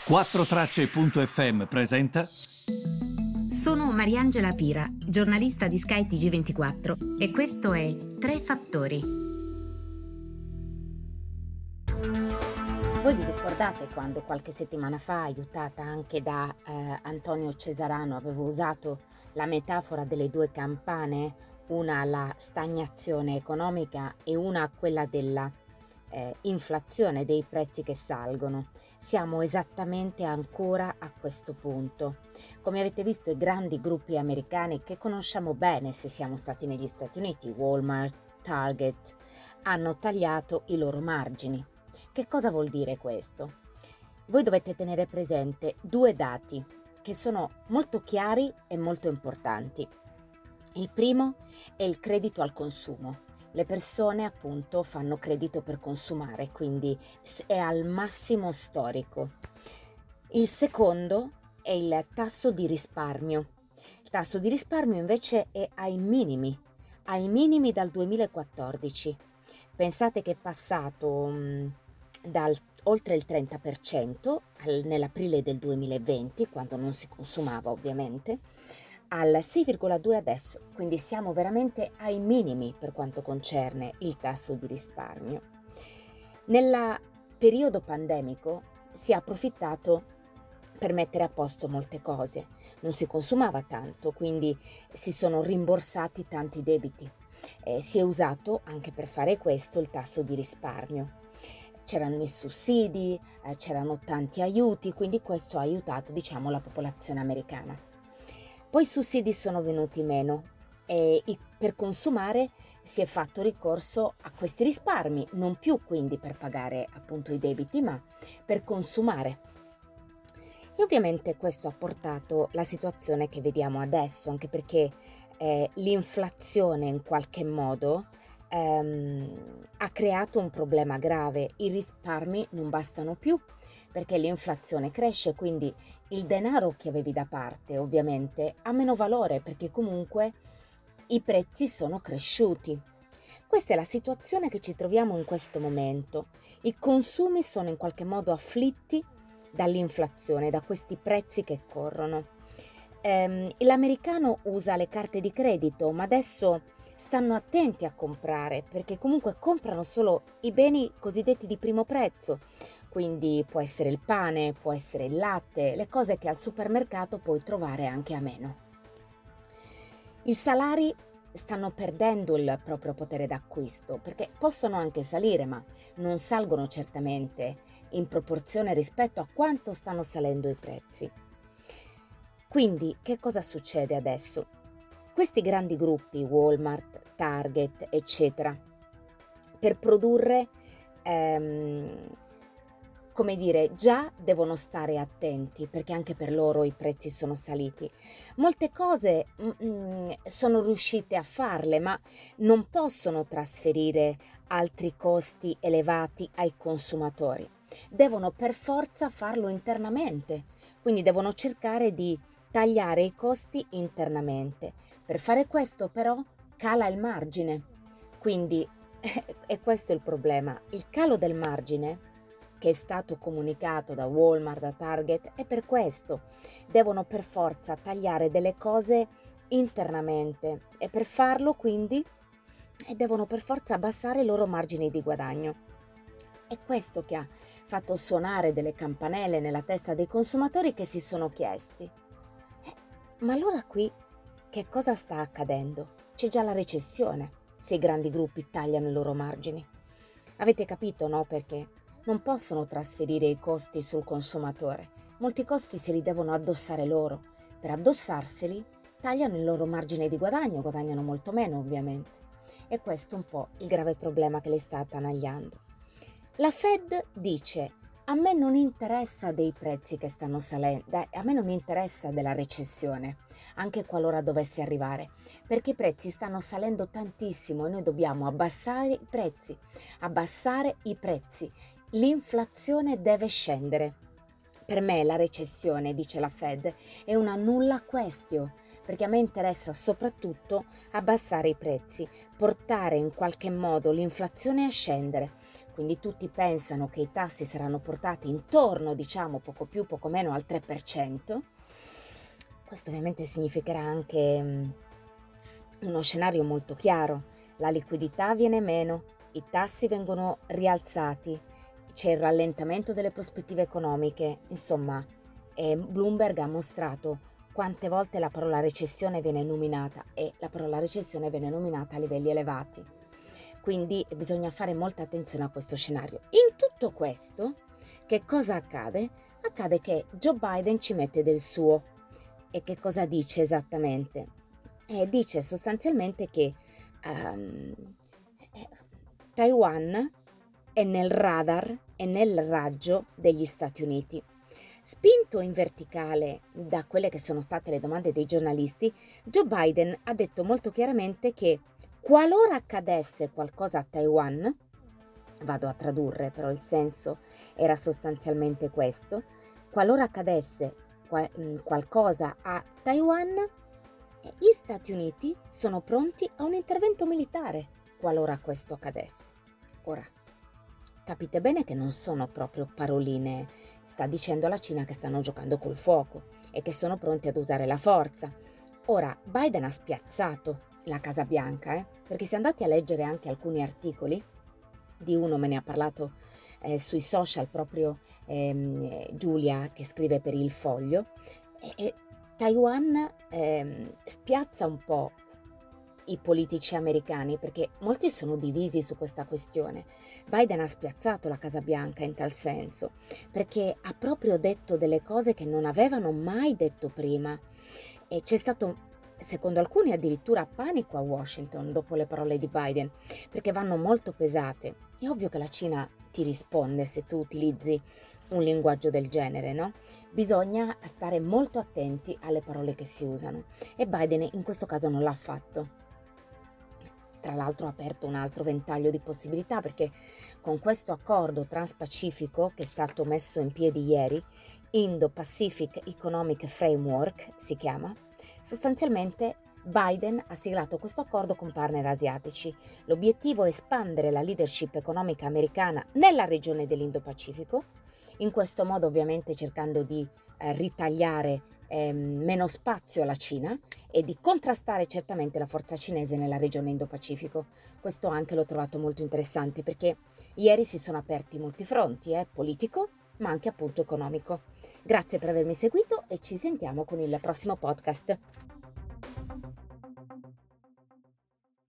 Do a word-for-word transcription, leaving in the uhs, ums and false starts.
quattro tracce punto effe emme presenta. Sono Mariangela Pira, giornalista di Sky T G ventiquattro e questo è Tre Fattori. Voi vi ricordate quando qualche settimana fa, aiutata anche da eh, Antonio Cesarano, avevo usato la metafora delle due campane, una alla stagnazione economica e una a quella della eh, inflazione dei prezzi che salgono? Siamo esattamente ancora a questo punto. Come avete visto, i grandi gruppi americani che conosciamo bene se siamo stati negli Stati Uniti, Walmart, Target, hanno tagliato i loro margini. Che cosa vuol dire questo? Voi dovete tenere presente due dati che sono molto chiari e molto importanti. Il primo è il credito al consumo. Le persone appunto fanno credito per consumare, quindi è al massimo storico. Il secondo è il tasso di risparmio. Il tasso di risparmio invece è ai minimi, ai minimi dal duemilaquattordici. Pensate che è passato mh, dal oltre il trenta per cento al, nell'aprile del duemilaventi, quando non si consumava ovviamente, al sei virgola due adesso, quindi siamo veramente ai minimi per quanto concerne il tasso di risparmio. Nel periodo pandemico si è approfittato per mettere a posto molte cose, non si consumava tanto, quindi si sono rimborsati tanti debiti. Eh, si è usato anche per fare questo il tasso di risparmio. C'erano i sussidi, eh, c'erano tanti aiuti, quindi questo ha aiutato, diciamo, la popolazione americana. Poi i sussidi sono venuti meno e per consumare si è fatto ricorso a questi risparmi, non più quindi per pagare appunto i debiti, ma per consumare. E ovviamente questo ha portato la situazione che vediamo adesso, anche perché eh, l'inflazione in qualche modo ehm, ha creato un problema grave. I risparmi non bastano più perché l'inflazione cresce, quindi il denaro che avevi da parte ovviamente ha meno valore perché comunque i prezzi sono cresciuti. Questa è la situazione che ci troviamo in questo momento. I consumi sono in qualche modo afflitti dall'inflazione, da questi prezzi che corrono. Ehm, l'americano usa le carte di credito, ma adesso stanno attenti a comprare perché comunque comprano solo i beni cosiddetti di primo prezzo, quindi può essere il pane, può essere il latte, le cose che al supermercato puoi trovare anche a meno. I salari stanno perdendo il proprio potere d'acquisto perché possono anche salire, ma non salgono certamente in proporzione rispetto a quanto stanno salendo i prezzi. Quindi che cosa succede adesso? Questi grandi gruppi, Walmart, Target, eccetera, per produrre, ehm, come dire, già devono stare attenti perché anche per loro i prezzi sono saliti. Molte cose mm, sono riuscite a farle, ma non possono trasferire altri costi elevati ai consumatori. Devono per forza farlo internamente, quindi devono cercare di tagliare i costi internamente. Per fare questo però cala il margine, quindi e questo è il problema, il calo del margine che è stato comunicato da Walmart, da Target, è per questo. Devono per forza tagliare delle cose internamente e per farlo quindi devono per forza abbassare i loro margini di guadagno. È questo che ha fatto suonare delle campanelle nella testa dei consumatori che si sono chiesti: eh, ma allora qui che cosa sta accadendo? C'è già la recessione se i grandi gruppi tagliano i loro margini. Avete capito, no? Perché non possono trasferire i costi sul consumatore. Molti costi se li devono addossare loro. Per addossarseli tagliano il loro margine di guadagno, guadagnano molto meno ovviamente. E questo è un po' il grave problema che le sta attanagliando. La Fed dice: a me non interessa dei prezzi che stanno salendo, a me non interessa della recessione, anche qualora dovesse arrivare, perché i prezzi stanno salendo tantissimo e noi dobbiamo abbassare i prezzi, abbassare i prezzi. L'inflazione deve scendere. Per me la recessione, dice la Fed, è una nulla question, perché a me interessa soprattutto abbassare i prezzi, portare in qualche modo l'inflazione a scendere. quindi tutti pensano che i tassi saranno portati intorno, diciamo, poco più, poco meno al tre per cento. Questo ovviamente significherà anche mh, uno scenario molto chiaro: la liquidità viene meno, i tassi vengono rialzati, c'è il rallentamento delle prospettive economiche. Insomma, eh, Bloomberg ha mostrato quante volte la parola recessione viene nominata, e la parola recessione viene nominata a livelli elevati. Quindi bisogna fare molta attenzione a questo scenario. In tutto questo, che cosa accade? Accade che Joe Biden ci mette del suo. E che cosa dice esattamente? Eh, dice sostanzialmente che ehm, eh, Taiwan è nel radar e nel raggio degli Stati Uniti. Spinto in verticale da quelle che sono state le domande dei giornalisti, Joe Biden ha detto molto chiaramente che qualora accadesse qualcosa a Taiwan, vado a tradurre, però il senso era sostanzialmente questo, qualora accadesse qual- mh, qualcosa a Taiwan, eh, gli Stati Uniti sono pronti a un intervento militare qualora questo accadesse. Ora, capite bene che non sono proprio paroline, sta dicendo alla Cina che stanno giocando col fuoco e che sono pronti ad usare la forza. Ora, Biden ha spiazzato la Casa Bianca, eh? Perché se andate a leggere anche alcuni articoli, di uno me ne ha parlato eh, sui social proprio ehm, eh, Giulia, che scrive per Il Foglio, e, e Taiwan ehm, spiazza un po' i politici americani, perché molti sono divisi su questa questione. Biden ha spiazzato la Casa Bianca in tal senso, perché ha proprio detto delle cose che non avevano mai detto prima, e c'è stato, secondo alcuni, addirittura panico a Washington dopo le parole di Biden, perché vanno molto pesate. È ovvio che la Cina ti risponde se tu utilizzi un linguaggio del genere, no? Bisogna stare molto attenti alle parole che si usano, e Biden in questo caso non l'ha fatto. Tra l'altro ha aperto un altro ventaglio di possibilità, perché con questo accordo transpacifico che è stato messo in piedi ieri, Indo-Pacific Economic Framework si chiama, sostanzialmente Biden ha siglato questo accordo con partner asiatici. L'obiettivo è espandere la leadership economica americana nella regione dell'Indo-Pacifico, in questo modo ovviamente cercando di eh, ritagliare ehm, meno spazio alla Cina e di contrastare certamente la forza cinese nella regione Indo-Pacifico. Questo anche l'ho trovato molto interessante, perché ieri si sono aperti molti fronti, eh, politico ma anche appunto economico. Grazie per avermi seguito e ci sentiamo con il prossimo podcast.